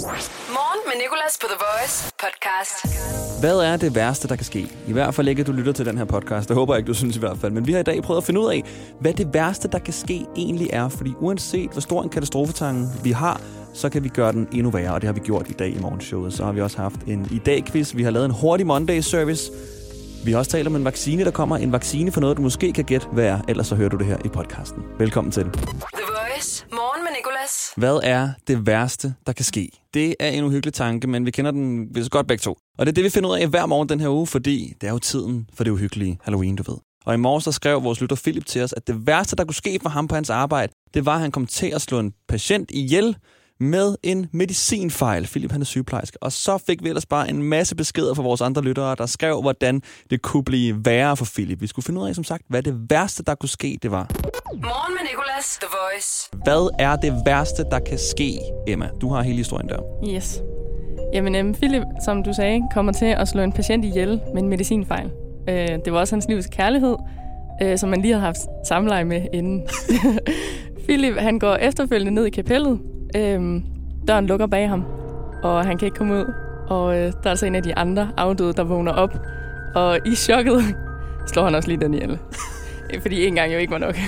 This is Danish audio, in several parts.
Morgen med Nicolas på The Voice podcast. Hvad er det værste, der kan ske? I hvert fald ikke, at du lytter til den her podcast. Det håber jeg ikke, du synes i hvert fald. Men vi har i dag prøvet at finde ud af, hvad det værste, der kan ske, egentlig er. Fordi uanset hvor stor en katastrofetange vi har, så kan vi gøre den endnu værre. Og det har vi gjort i dag i morgenshowet. Så har vi også haft en i dag-quiz. Vi har lavet en hurtig Monday-service. Vi har også talt om en vaccine, der kommer. En vaccine for noget, du måske kan gætte, hvad er. Ellers så hører du det her i podcasten. Velkommen til. The Voice. Morgen med Nicolas. Hvad er det værste, der kan ske? Det er en uhyggelig tanke, men vi kender den vist godt begge to. Og det er det, vi finder ud af hver morgen den her uge, fordi det er jo tiden for det uhyggelige Halloween, du ved. Og i morges, der skrev vores lytter Philip til os, at det værste, der kunne ske for ham på hans arbejde, det var, at han kom til at slå en patient ihjel med en medicinfejl. Philip, han er sygeplejerske. Og så fik vi ellers bare en masse beskeder fra vores andre lyttere, der skrev, hvordan det kunne blive værre for Philip. Vi skulle finde ud af, som sagt, hvad det værste, der kunne ske, det var. Morgen med Nicolas, The Voice. Hvad er det værste, der kan ske, Emma? Du har hele historien der. Yes. Jamen, Philip, som du sagde, kommer til at slå en patient ihjel med en medicinfejl. Det var også hans livs kærlighed, som man lige havde haft samleje med inden. Philip, han går efterfølgende ned i kapellet. Døren lukker bag ham, og han kan ikke komme ud. Og der er altså en af de andre afdøde, der vågner op. Og i chokket slår han også lige den ihjel. Fordi en gang jo ikke var nok.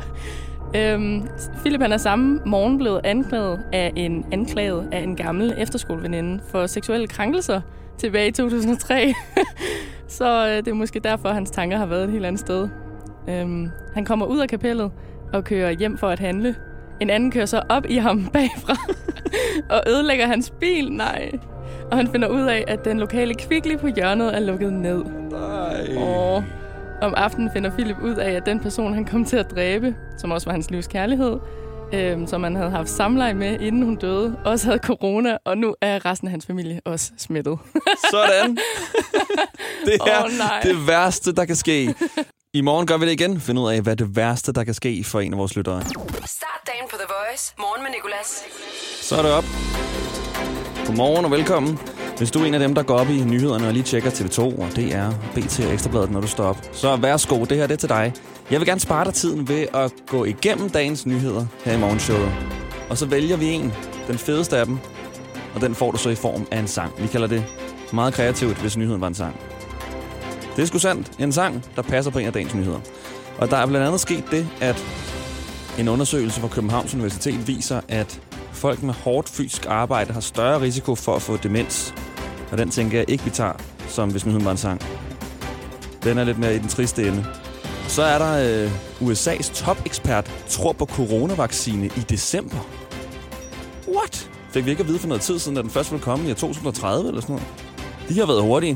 Philip, han er samme morgen blevet anklaget af en gammel efterskoleveninde for seksuelle krænkelser tilbage i 2003. Så det er måske derfor, hans tanker har været et helt andet sted. Han kommer ud af kapellet og kører hjem for at handle. En anden kører så op i ham bagfra og ødelægger hans bil. Nej. Og han finder ud af, at den lokale Kvickly på hjørnet er lukket ned. Nej. Og om aftenen finder Philip ud af, at den person, han kom til at dræbe, som også var hans livs kærlighed, som han havde haft samleje med, inden hun døde, også havde corona, og nu er resten af hans familie også smittet. Sådan. Det er det værste, der kan ske. I morgen gør vi det igen. Find ud af, hvad det værste, der kan ske for en af vores lyttere. Start dagen på The Voice. Morgen med Nicolas. Så er det op. Godmorgen og velkommen. Hvis du er en af dem, der går op i nyhederne og lige tjekker TV2 og DR, BT og Ekstrabladet, når du står op, så værsgo, det her det er til dig. Jeg vil gerne spare dig tiden ved at gå igennem dagens nyheder her i morgenshowet. Og så vælger vi den fedeste af dem, og den får du så i form af en sang. Vi kalder det meget kreativt, hvis nyheden var en sang. Det er sgu sandt. En sang, der passer på en af dagens nyheder. Og der er blandt andet sket det, at en undersøgelse fra Københavns Universitet viser, at folk med hårdt fysisk arbejde har større risiko for at få demens. Og den tænker jeg ikke, vi tager, som hvis nyheden var en sang. Den er lidt mere i den triste ende. Så er der USA's topekspert tror på coronavaccine i december. What? Fik vi ikke at vide for noget tid siden, at den først ville komme i 2030 eller sådan noget? De har været hurtige.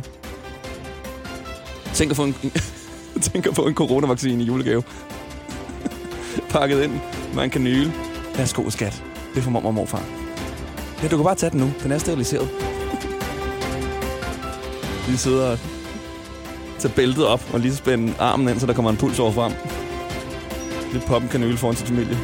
Tænk at få en coronavaccine i julegave. Pakket ind med en kanyle. Værsgo, skat. Det er for mormor og morfar. Ja, du kan bare tage den nu. Den er steriliseret. Vi sidder og tager bæltet op og lige spænde armen ind, så der kommer en puls over frem. Lidt poppen kanyle foran sin familie.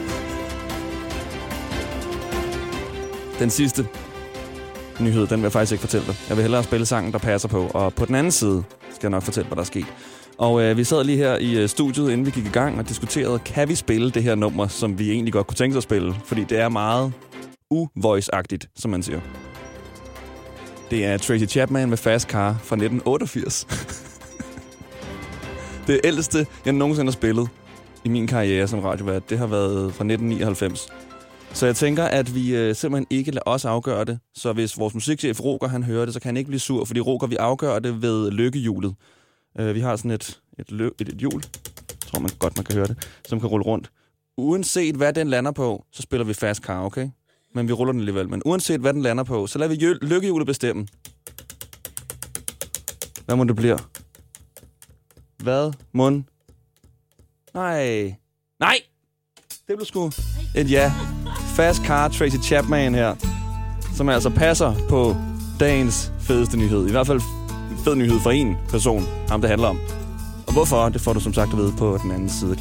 Den sidste nyhed, den vil jeg faktisk ikke fortælle dig. Jeg vil hellere spille sangen, der passer på. Og på den anden side skal jeg nok fortælle, hvad der er sket. Og vi sad lige her i studiet, inden vi gik i gang og diskuterede, kan vi spille det her nummer, som vi egentlig godt kunne tænke os at spille? Fordi det er meget u-voice-agtigt, som man siger. Det er Tracy Chapman med Fast Car fra 1988. Det ældste, jeg nogensinde har spillet i min karriere som radiovært, det har været fra 1999. Så jeg tænker, at vi simpelthen ikke lader os afgøre det. Så hvis vores musikchef Roger, han hører det, så kan han ikke blive sur, fordi Roger, vi afgør det ved lykkehjulet. Vi har sådan et hjul, tror man godt, man kan høre det, som kan rulle rundt. Uanset hvad den lander på, så spiller vi Fast Car, okay? Men vi ruller den alligevel. Men uanset hvad den lander på, så lader vi lykkehjulet bestemme. Hvad må det bliver? Hvad? Mund? Nej! Det blev sgu et ja. Fast Car, Tracy Chapman her, som altså passer på dagens fedeste nyhed. I hvert fald fed nyhed for en person, ham det handler om. Og hvorfor, det får du som sagt at vide på den anden side.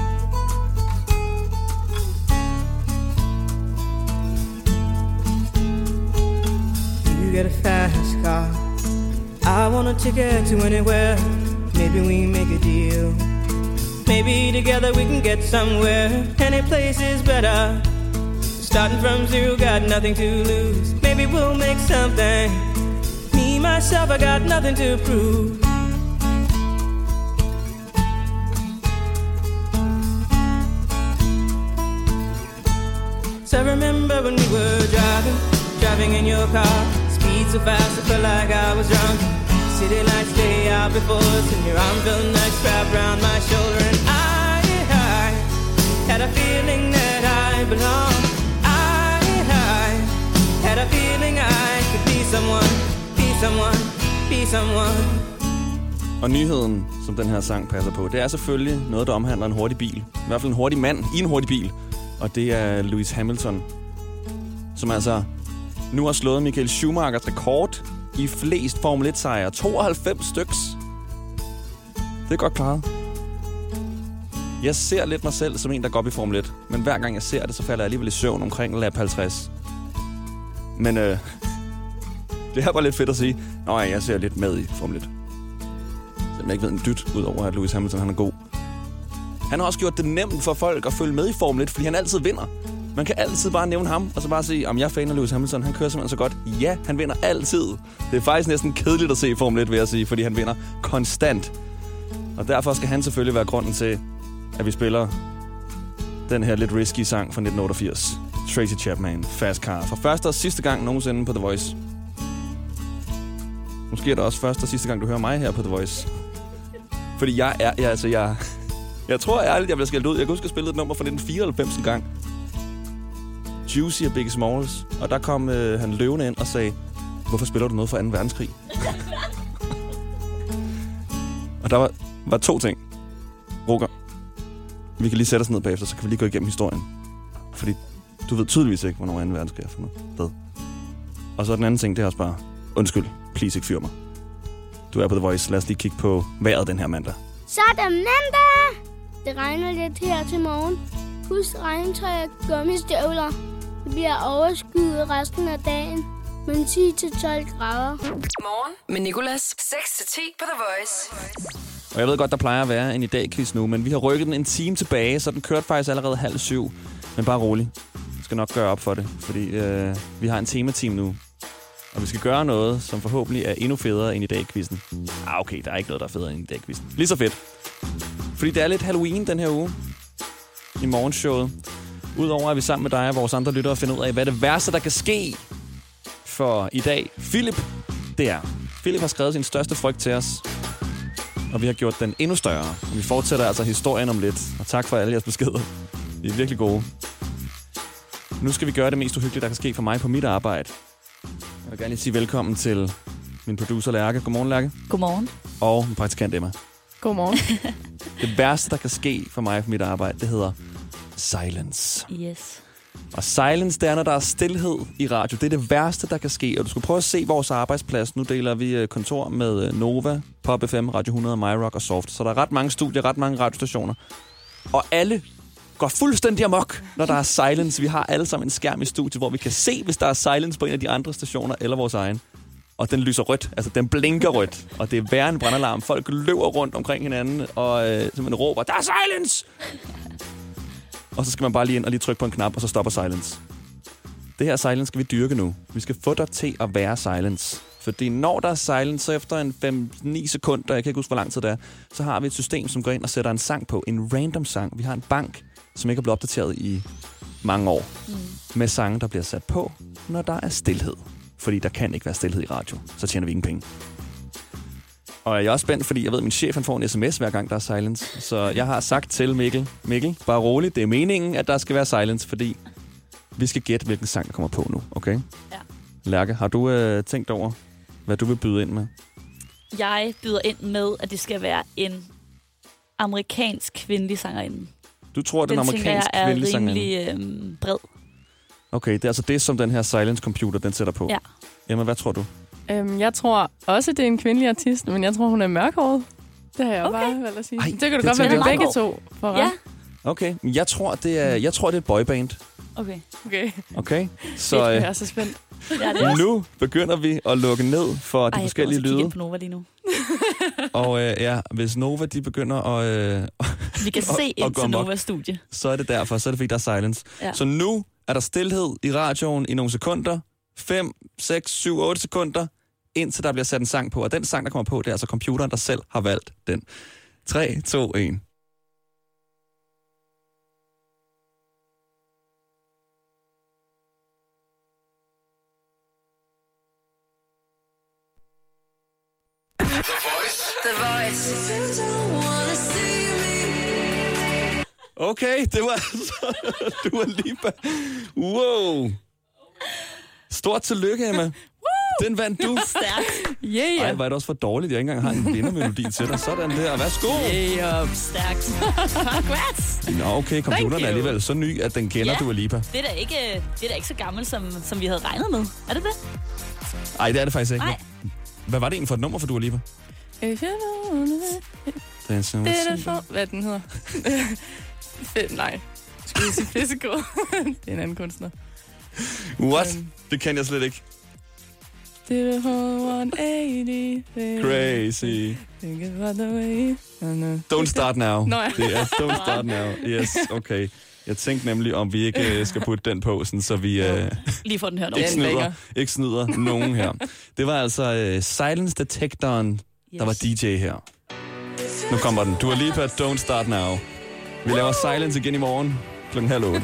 You get a fast car, I want a ticket to anywhere. Maybe we make a deal. Maybe together we can get somewhere. Any place is better. Starting from zero, got nothing to lose. Maybe we'll make something. Me, myself, I got nothing to prove. So I remember when we were driving in your car. Speed so fast, I felt like I was drunk. City lights lay out before us, and your arm felt nice wrapped around my shoulder. And I had a feeling that I belonged. I had a feeling I could be someone, be someone, be someone. Og nyheden, som den her sang passer på, det er selvfølgelig noget, der omhandler en hurtig bil. I hvert fald en hurtig mand i en hurtig bil. Og det er Lewis Hamilton, som altså nu har slået Michael Schumachers rekord i flest Formel 1-sejre. 92 styks. Det er godt klaret. Jeg ser lidt mig selv som en, der går op i Formel 1. Men hver gang jeg ser det, så falder jeg alligevel i søvn omkring lap 50. Men det er bare lidt fedt at sige, nå ja, jeg ser lidt med i Formel 1. Selvom jeg ikke ved en dyt, udover at Lewis Hamilton han er god. Han har også gjort det nemt for folk at følge med i Formel 1, fordi han altid vinder. Man kan altid bare nævne ham, og så bare sige, om jeg er fan af Lewis Hamilton, han kører simpelthen så godt. Ja, han vinder altid. Det er faktisk næsten kedeligt at se i Formel 1, vil jeg sige, fordi han vinder konstant. Og derfor skal han selvfølgelig være grunden til, at vi spiller den her lidt risky sang fra 1988. Tracy Chapman, Fast Car. For første og sidste gang nogensinde på The Voice. Måske er det også første og sidste gang, du hører mig her på The Voice. Fordi jeg tror ærligt, jeg bliver skældt ud. Jeg kan huske, at jeg spillede et nummer fra 1994 en gang. Juicy og Biggie Smalls. Og der kom han løvende ind og sagde, hvorfor spiller du noget fra 2. verdenskrig? Og der var 2 ting. Roger, vi kan lige sætte os ned bagefter, så kan vi lige gå igennem historien. Fordi du ved tydeligvis ikke, hvornår 2. verdenskrig er for noget sted. Og så den anden ting, det er også bare, undskyld, please ikke fyr mig. Du er på The Voice. Lad os lige kigge på vejret den her mandag. Så er det mandag! Det regner lidt her til morgen. Husk regntøj og gummistøvler. Det bliver overskyet resten af dagen, men 10-12 grader. Morgen med Nicolas. 6-10 på The Voice. Og jeg ved godt, der plejer at være en i dag-quiz nu, men vi har rykket den en time tilbage, så den kørte faktisk allerede 6:30. Men bare rolig. Jeg skal nok gøre op for det, fordi vi har en temateam nu. Og vi skal gøre noget, som forhåbentlig er endnu federe end i dag-quizzen. Okay, der er ikke noget, der er federe end i dag-quizzen. Lige så fedt. Fordi det er lidt Halloween den her uge i morgenshowet. Udover at vi sammen med dig og vores andre lyttere finder ud af, hvad det værste, der kan ske for i dag. Philip, det er. Philip har skrevet sin største frygt til os. Og vi har gjort den endnu større. Og vi fortsætter altså historien om lidt. Og tak for alle jeres beskeder. I er virkelig gode. Nu skal vi gøre det mest uhyggelige, der kan ske for mig på mit arbejde. Jeg vil gerne lige sige velkommen til min producer Lærke. Godmorgen, Lærke. Godmorgen. Og min praktikant Emma. Godmorgen. Det værste, der kan ske for mig på mit arbejde, det hedder silence. Yes. Og silence, det er, når der er stilhed i radio. Det er det værste, der kan ske. Og du skulle prøve at se vores arbejdsplads. Nu deler vi kontor med Nova, Pop FM, Radio 100, MyRock og Soft. Så der er ret mange studier, ret mange radiostationer. Og alle går fuldstændig amok, når der er silence. Vi har alle sammen en skærm i studiet, hvor vi kan se, hvis der er silence på en af de andre stationer eller vores egen. Og den lyser rødt. Altså, den blinker rødt. Og det er værre en brandalarm. Folk løber rundt omkring hinanden og simpelthen råber, der er silence! Og så skal man bare lige ind og lige trykke på en knap, og så stopper silence. Det her silence skal vi dyrke nu. Vi skal få dig til at være silence. Fordi når der er silence, så efter en 5-9 sekunder, jeg kan ikke huske, hvor lang tid det er, så har vi et system, som går ind og sætter en sang på. En random sang. Vi har en bank, som ikke er blevet opdateret i mange år. Med sange, der bliver sat på, når der er stilhed. Fordi der kan ikke være stilhed i radio. Så tjener vi ingen penge. Og jeg er også spændt, fordi jeg ved, at min chef han får en sms, hver gang der er silence. Så jeg har sagt til Mikkel, bare roligt, det er meningen, at der skal være silence, fordi vi skal gætte, hvilken sang, der kommer på nu, okay? Ja. Lærke, har du tænkt over, hvad du vil byde ind med? Jeg byder ind med, at det skal være en amerikansk kvindelig sangerinde. Du tror, den amerikansk kvindelig sangerinde? Den tænker jeg er rimelig bred. Okay, det er altså det, som den her silence computer, den sætter på. Ja. Emma, hvad tror du? Jeg tror også, det er en kvindelig artist, men jeg tror, hun er mørkhåret. Det har jeg bare valgt at sige. Ej, det kan du godt være begge to for. Ja. Okay, jeg tror, det er et boyband. Okay. Så jeg er så spændt. Ja, nu begynder vi at lukke ned for de forskellige lyde. Jeg på Nova lige nu. Og hvis Nova, de begynder at vi kan se ind til Novas studie. Så er det derfor, så er det fordi, der er silence. Ja. Så nu er der stilhed i radioen i nogle sekunder, 5, 6, 7, 8 sekunder, indtil der bliver sat en sang på. Og den sang, der kommer på, det er altså computeren, der selv har valgt den. 3, 2, 1. The Voice. Okay, det var altså Dua Lipa. Wow. Stort tillykke, Emma. Den vandt du. Stærkt. Yeah. Ej, var det også for dårligt, jeg ikke engang har en vindermelodi til dig. Sådan der. Værsgo. Stærkt. Congrats. Nå, okay, computeren er alligevel så ny, at den kender Dua Lipa. Det er da ikke så gammelt, som vi havde regnet med. Er det det? Nej, det er det faktisk ikke. Nej. Hvad var det egentlig for et nummer for Dua Lipa? Det er for... Hvad den hedder? Nej. Skal jeg sige physical? Det er en anden kunstner. What? Det kan jeg slet ikke. Det er for 180. Crazy. Don't start now. Nå, ja. Det er Don't start now. Yes, okay. Jeg tænkte nemlig, om vi ikke skal putte den på, sådan, så vi lige får den hørt ikke snyder nogen her. Det var altså Silence Detectoren, der var DJ her. Nu kommer den. Dua Lipa, Don't Start Now. Vi laver Silence igen i morgen kl. 7:30.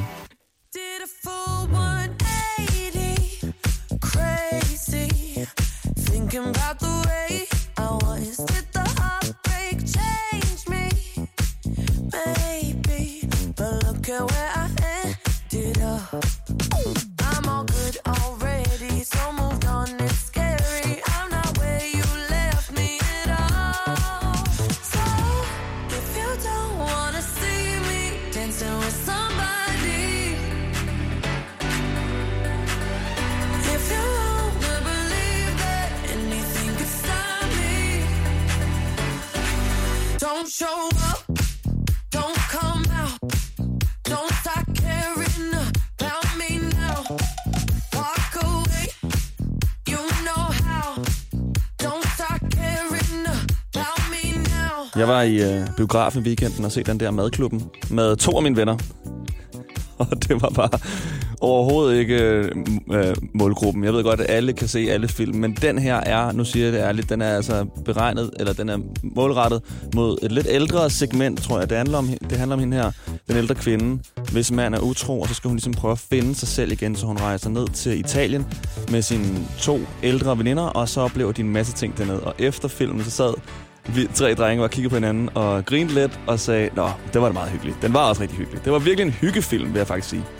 Don't show up, don't come out, don't start caring about me now. Walk away, you know how, don't start caring about me now. Jeg var i biografen i weekenden og se den der Madklubben med 2 af mine venner. Og det var bare overhovedet ikke målgruppen. Jeg ved godt, at alle kan se alle film, men den her er, nu siger jeg det ærligt, den er altså beregnet, eller den er målrettet mod et lidt ældre segment, tror jeg. Det handler om hende her, den ældre kvinde, hvis mand er utro, og så skal hun ligesom prøve at finde sig selv igen, så hun rejser ned til Italien med sine 2 ældre veninder, og så oplever de en masse ting dernede. Og efter filmen, så sad vi 3 drenge og kiggede på hinanden og grinede lidt og sagde, nå, det var da meget hyggeligt. Den var også rigtig hyggelig. Det var virkelig en hyggefilm, vil jeg faktisk sige.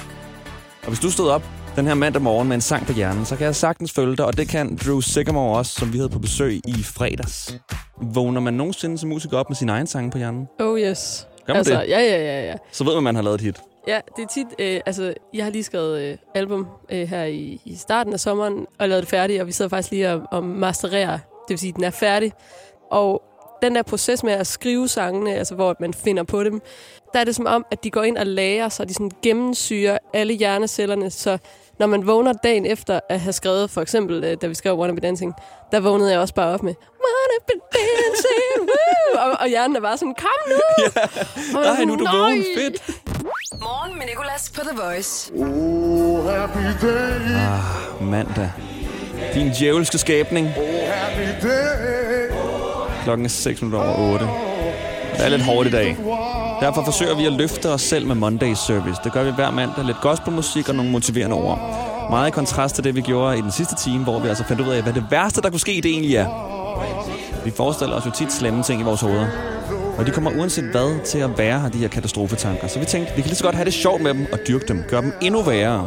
Og hvis du stod op den her mandag morgen med en sang på hjernen, så kan jeg sagtens følge dig, og det kan Drew Sycamore også, som vi havde på besøg i fredags. Vågner man nogensinde som musiker op med sin egen sang på hjernen? Oh yes. Gør man altså, det? Ja. Så ved man, man har lavet et hit. Ja, det er tit... jeg har lige skrevet album her i starten af sommeren, og lavet det færdigt, og vi sidder faktisk lige og mastererer. Det vil sige, at den er færdig. Og den der proces med at skrive sangene, altså hvor man finder på dem, der er det som om, at de går ind og lager, så de sådan gennemsyrer alle hjernecellerne, så når man vågner dagen efter at have skrevet, for eksempel, da vi skrev Wanna Be Dancing, der vågnede jeg også bare op med Wanna Be Dancing, woo! Og hjernen er bare sådan, kom nu! Ja. Nej, nu er du vågen, fedt! Morgen med Nicolas på The Voice. Oh, happy day. Mandag. Din djævelske skabning. Oh, happy day. Klokken er 6:08. Det er lidt hårdt i dag. Derfor forsøger vi at løfte os selv med Monday Service. Det gør vi hver mandag. Lidt gospelmusik og nogle motiverende ord. Meget i kontrast til det, vi gjorde i den sidste time, hvor vi altså fandt ud af, hvad det værste, der kunne ske, det egentlig er. Vi forestiller os jo tit slemme ting i vores hoveder. Og de kommer uanset hvad til at være her, de her katastrofetanker. Så vi tænkte, vi kan lige så godt have det sjovt med dem og dyrke dem. Gør dem endnu værre.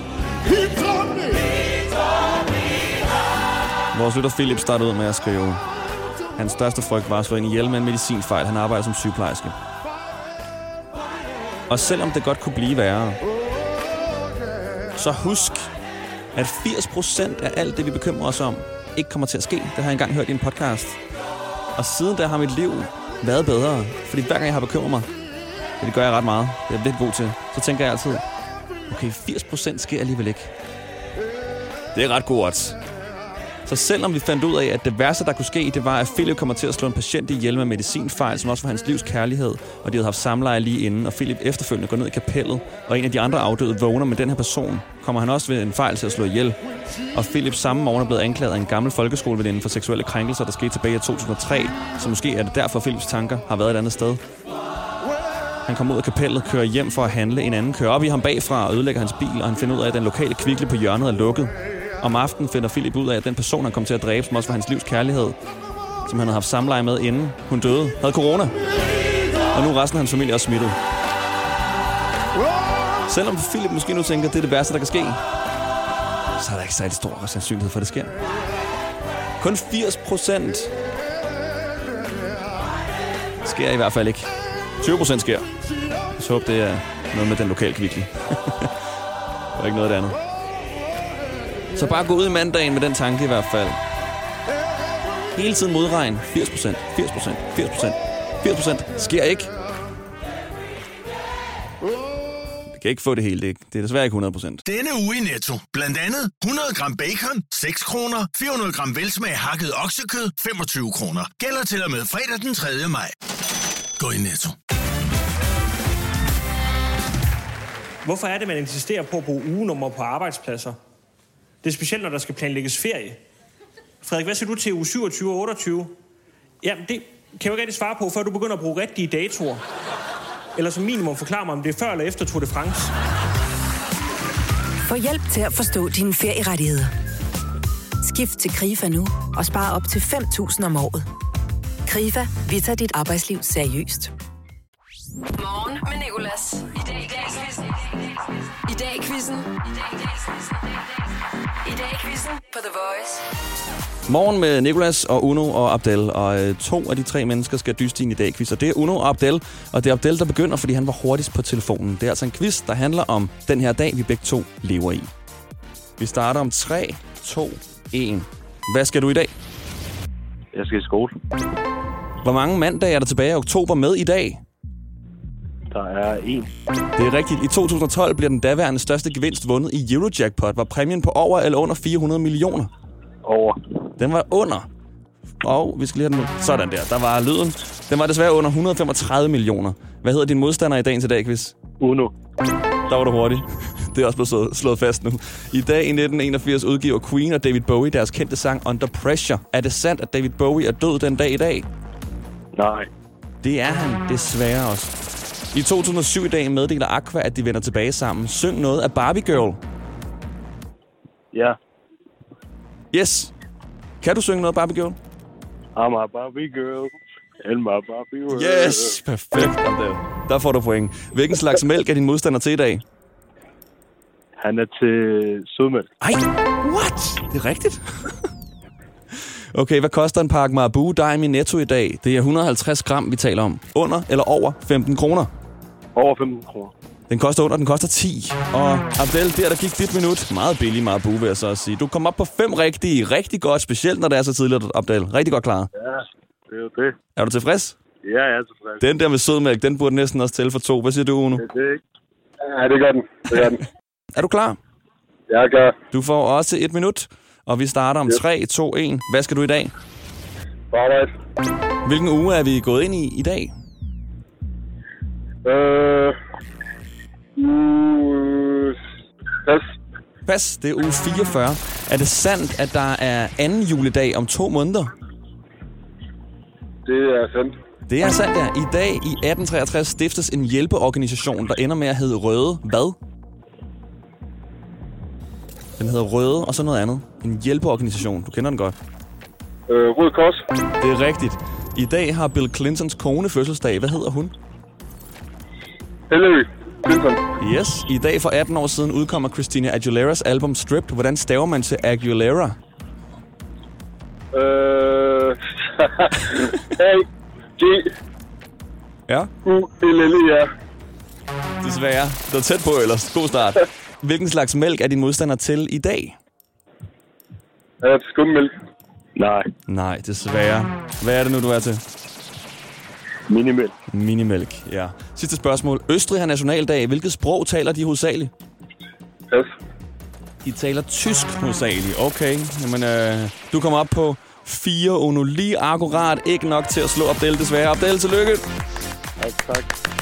Vores lytter Philip startede ud med at skrive, hans største frygt var at slå ind ihjel med en medicinfejl. Han arbejder som sygeplejerske. Og selvom det godt kunne blive værre, så husk, at 80% af alt det, vi bekymrer os om, ikke kommer til at ske. Det har jeg engang hørt i en podcast. Og siden da har mit liv været bedre. Fordi hver gang jeg har bekymret mig, og det gør jeg ret meget, det er jeg lidt god til, så tænker jeg altid, okay, 80% sker alligevel ikke. Det er ret god odds. Så selvom vi fandt ud af, at det værste, der kunne ske, det var, at Philip kommer til at slå en patient ihjel med medicinfejl, som også var hans livs kærlighed, og de havde haft samleje lige inden, og Philip efterfølgende går ned i kapellet, og en af de andre afdøde vågner med den her person, kommer han også ved en fejl til at slå ihjel. Og Philip samme morgen er blevet anklaget af en gammel folkeskoleveninde for seksuelle krænkelser, der skete tilbage i 2003. Så måske er det derfor, Philips tanker har været et andet sted. Han kommer ud af kapellet, kører hjem for at handle. En anden kører op i ham bagfra og ødelægger hans bil, og han finder ud af, at den lokale Kvickly på hjørnet er lukket. Om aftenen finder Philip ud af, at den person, han kom til at dræbe, som også var hans livs kærlighed, som han havde haft samleje med inden hun døde, havde corona. Og nu er resten af hans familie også smittet. Selvom Philip måske nu tænker, at det er det værste, der kan ske, så er der ikke særlig stor sandsynlighed for, at det sker. Kun 80% sker i hvert fald ikke. 20% sker. Så håber det er noget med den lokale Kvickly. Og ikke noget af det andet. Så bare gå ud i mandagen med den tanke i hvert fald. Hele tiden modregn. 80%, 80%, 80%, 80% sker ikke. Vi kan ikke få det hele. Det er desværre ikke 100%. Denne uge i Netto. Blandt andet 100 gram bacon, 6 kroner. 400 gram velsmag hakket oksekød, 25 kroner. Gælder til og med fredag den 3. maj. Gå i Netto. Hvorfor er det, man insisterer på at bruge ugenummer på arbejdspladser? Det er specielt, når der skal planlægges ferie. Frederik, hvad siger du til uge 27 og 28? Jamen, det kan jeg jo ikke rigtig svare på, før du begynder at bruge rigtige datoer. Eller som minimum forklare mig, om det er før eller efter Tour de France. Få hjælp til at forstå dine ferierettigheder. Skift til KRIFA nu og spar op til 5.000 om året. KRIFA, vi tager dit arbejdsliv seriøst. Morgen med Nicolas. I dag quizzen på The Voice. Morgen med Nicolas og Uno og Abdel. Og 2 af de 3 mennesker skal dyste i dag quiz. Og det er Uno og Abdel. Og det er Abdel, der begynder, fordi han var hurtigst på telefonen. Det er altså en quiz, der handler om den her dag, vi begge 2 lever i. Vi starter om 3, 2, 1. Hvad skal du i dag? Jeg skal i skole. Hvor mange mandage er der tilbage i oktober med i dag? Der er 1. Det er rigtigt. I 2012 bliver den daværende største gevinst vundet i Eurojackpot. Var præmien på over eller under 400 millioner? Over. Den var under. Og vi skal lige have den. Sådan der. Der var lyden. Den var desværre under 135 millioner. Hvad hedder din modstander i dagens quiz? Uno. Der var du hurtig. Det er også blevet slået fast nu. I dag i 1981 udgiver Queen og David Bowie deres kendte sang Under Pressure. Er det sandt, at David Bowie er død den dag i dag? Nej. Det er han desværre også. I 2007 i dag meddeler Aqua, at de vender tilbage sammen. Syng noget af Barbie Girl. Ja. Yes. Kan du synge noget af Barbie Girl? I'm a Barbie girl. And my Barbie world. Yes. Perfekt. Der får du point. Hvilken slags mælk er din modstander til i dag? Han er til sødmælk. Ej, what? Det er rigtigt. Okay, hvad koster en pakke Marabou Daim i Netto i dag? Det er 150 gram, vi taler om. Under eller over 15 kroner? Over 15 kroner. Den koster under, den koster 10. Og Abdel, der gik dit minut. Meget billig Marabou, vil jeg så sige. Du kom op på 5 rigtige. Rigtig godt, specielt når det er så tidligt, Abdel. Rigtig godt klaret. Ja, det er jo det. Er du tilfreds? Ja, jeg er tilfreds. Den der med sødmælk, den burde næsten også tælle for 2. Hvad siger du, Uno? Det er ikke. Ja, det gør den. Det gør den. Er du klar? Jeg er klar. Du får også 1 minut. Og vi starter om 3, 2, 1. Hvad skal du i dag? Arbejde. Hvilken uge er vi gået ind i dag? Pas. Pas, det er uge 44. Er det sandt, at der er anden juledag om 2 måneder? Det er sandt. Det er sandt, ja. I dag i 1863 stiftes en hjælpeorganisation, der ender med at hedde Røde. Hvad? Den hedder Røde, og så noget andet. En hjælpeorganisation. Du kender den godt. Røde Kors. Det er rigtigt. I dag har Bill Clintons kone fødselsdag. Hvad hedder hun? Hillary Clinton. Yes. I dag for 18 år siden udkommer Christina Aguileras album Stripped. Hvordan staver man til Aguilera? A-G. Ja. U-L-L-E-R. Desværre. Det var tæt på ellers. God start. Hvilken slags mælk er din modstander til i dag? Skummælk. Nej. Nej, desværre. Hvad er det nu, du er til? Minimælk. Minimælk, ja. Sidste spørgsmål. Østrig har nationaldag. Hvilket sprog taler de hovedsageligt? Pas. De taler tysk hovedsageligt. Okay. Jamen, du kommer op på 4, Uno. Lige akkurat. Ikke nok til at slå Abdel, desværre. Abdel, tillykke. Tak.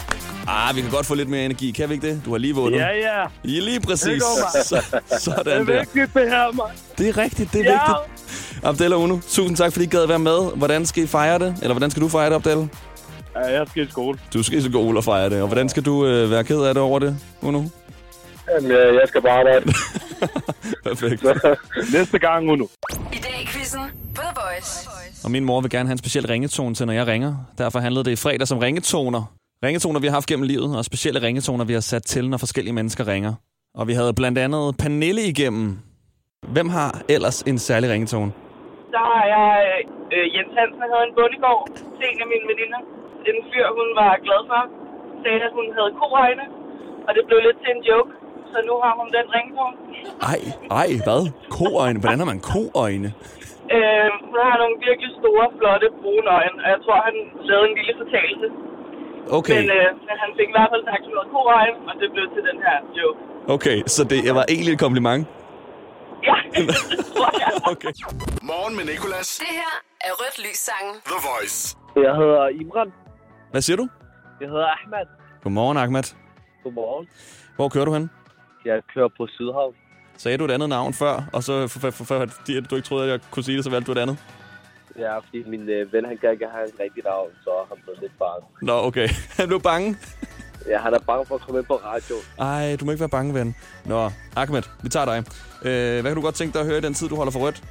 Vi kan godt få lidt mere energi. Kan vi ikke det? Du har lige vundet. Ja. Ja, lige præcis. Sådan Det er der. vigtigt, det her, mand. Det er rigtigt, det er vigtigt. Abdel og Uno, tusind tak, fordi I gad være med. Hvordan skal I fejre det? Eller hvordan skal du fejre det, Abdel? Ja, jeg skal i skole. Du skal i skole og fejre det. Og hvordan skal du være ked af det over det, Uno? Jamen, jeg skal bare arbejde. Perfekt. Næste gang, Uno. I dag i quizzen på The Voice. Og min mor vil gerne have en speciel ringetone til, når jeg ringer. Derfor handlede det i fredag som ringetoner. Ringetoner, vi har haft gennem livet, og specielle ringetoner, vi har sat til, når forskellige mennesker ringer. Og vi havde blandt andet Pernille igennem. Hvem har ellers en særlig ringetone? Så har jeg Jens Hansen, der havde en bondegård til en af mine veninder. En fyr, hun var glad for, sagde, at hun havde koøjne, og det blev lidt til en joke. Så nu har hun den ringtone. Ej, hvad? Koøjne? Hvordan har man koøjne? Hun har nogle virkelig store, flotte, brune øjne, og jeg tror, han lavede en lille fortalelse. Okay. Men han fik i hvert fald sagt, at hun havde koøjne, og det blev til den her joke. Okay, så det var egentlig et kompliment? Ja, det tror jeg. Okay. Morgen med Nicolas. Det her er Rødt Lys-sangen. The Voice. Jeg hedder Imran. Hvad siger du? Jeg hedder Ahmed. Godmorgen, Ahmed. Godmorgen. Hvor kører du hen? Jeg kører på Sydhavn. Sagde du et andet navn før, og så fordi du ikke troede, at jeg kunne sige det, så valgte du et andet? Ja, fordi min ven, han kan ikke have en rigtig navn, så han blev lidt bange. Nå, okay. Han blev bange? Ja, han er bange for at komme ind på radio. Ej, du må ikke være bange, ven. Nå, Ahmed, vi tager dig. Hvad kan du godt tænke dig at høre i den tid, du holder for rødt?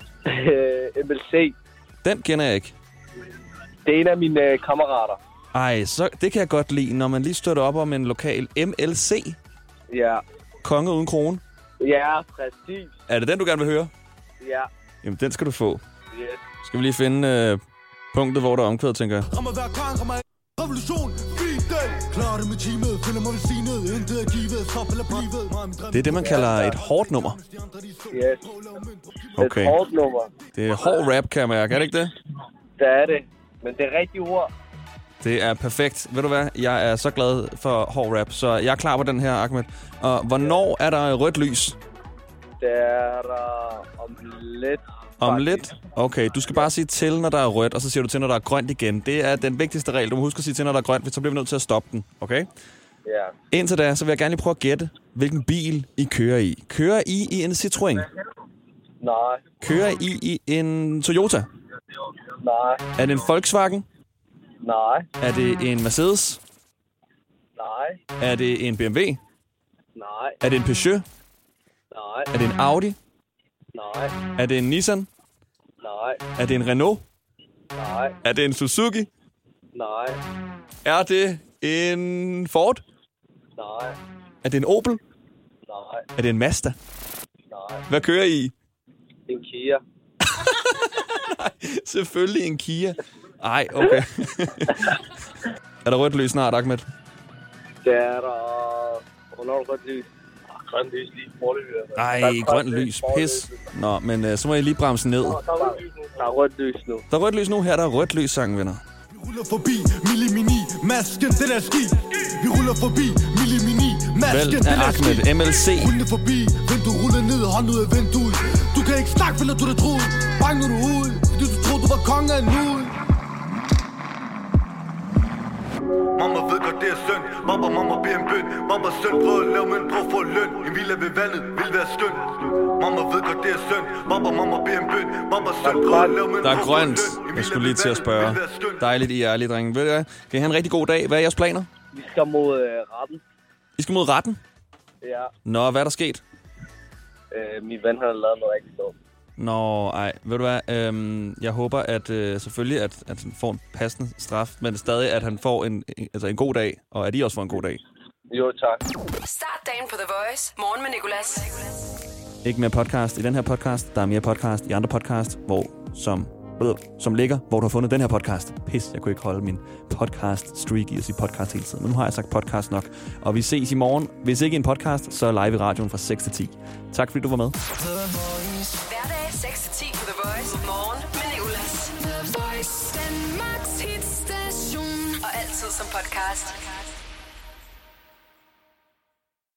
MLC. Den kender jeg ikke. Det er en af mine kammerater. Ej, så det kan jeg godt lide, når man lige støtter op om en lokal MLC. Ja. Konge uden krone. Ja, præcis. Er det den, du gerne vil høre? Ja. Jamen, den skal du få. Yes. Skal vi lige finde punktet, hvor der er omkvædet, tænker jeg. Revolution, klar det med teamet, følger mig velsignet, intet er givet, stop eller blivet. Det er det, man kalder et hårdt nummer. Yes. Okay. Et hårdt nummer. Det er hård rap, kan jeg mærke. Er det ikke det? Det er det. Men det er rigtige ord. Det er perfekt. Ved du hvad? Jeg er så glad for hård rap, så jeg er klar på den her, Ahmed. Og hvornår er der rødt lys? Det er der om lidt. Om lidt? Okay, du skal bare sige til, når der er rødt, og så siger du til, når der er grønt igen. Det er den vigtigste regel. Du må huske at sige til, når der er grønt, for så bliver vi nødt til at stoppe den. Okay? Ja. Indtil da, så vil jeg gerne lige prøve at gætte, hvilken bil I kører i. Kører I en Citroën? Nej. Kører I en Toyota? Nej. Er det en Volkswagen? Nej. Er det en Mercedes? Nej. Er det en BMW? Nej. Er det en Peugeot? Nej. Er det en Audi? Nej. Er det en Nissan? Nej. Er det en Renault? Nej. Er det en Suzuki? Nej. Er det en Ford? Nej. Er det en Opel? Nej. Er det en Mazda? Nej. Hvad kører I i? En Kia. Nej, selvfølgelig en Kia. Ej, okay. Er der rødt lys snart, Ahmed? Det er der... Hvornår er der rødt lys? Grønt lys lige forløbet. Ej, grønt lys. Pis. Nå, men så må jeg lige bremse ned. Der er rødt lys nu. Der er rødt lys nu. Her der er rødt lys, sangen, venner. Vi ruller forbi, milli-mini, masken, den er ski. Vi ruller forbi, milli-mini, masken, Vel, den er ski. Ahmed, MLC. Rulle forbi, vindue ruller ned, hånd ud af vinduet. Du kan ikke snakke, føler du dig troet. Bang nu du ud, fordi du troede, du var konge af nuet. Mamma ved godt, det er synd. Mamma beder en bøn. Mamma søn prøver at lave mindre for løn. En villa ved vandet vil være skøn. Mamma ved godt, det er synd. Mamma beder en bøn. Mamma søn prøver at lave mindre Der er for løn. grønt. Jeg skulle lige til at spørge. Dejligt, I er ærlige, drenge. Ved du hvad? Kan I have en rigtig god dag? Hvad er jeres planer? Vi skal mod retten. I skal mod retten? Ja. Nå, hvad er der sket? Min ven har lavet noget rigtig dumt. Nå, ej. Ved du hvad? Jeg håber, at selvfølgelig, at han får en passende straf, men stadig, at han får en god dag, og at I også får en god dag. Jo, tak. Start dagen på The Voice. Morgen med Nicolas. Ikke mere podcast i den her podcast. Der er mere podcast i andre podcast, som ligger, hvor du har fundet den her podcast. Pis, jeg kunne ikke holde min podcast-streak i at sige podcast hele tiden. Men nu har jeg sagt podcast nok. Og vi ses i morgen. Hvis ikke en podcast, så live i radioen fra 6 til 10. Tak fordi du var med. Hverdag 6-10 på The Voice. Morgen med Nicolas. The Voice. Danmarks hitstation. Og altid som podcast.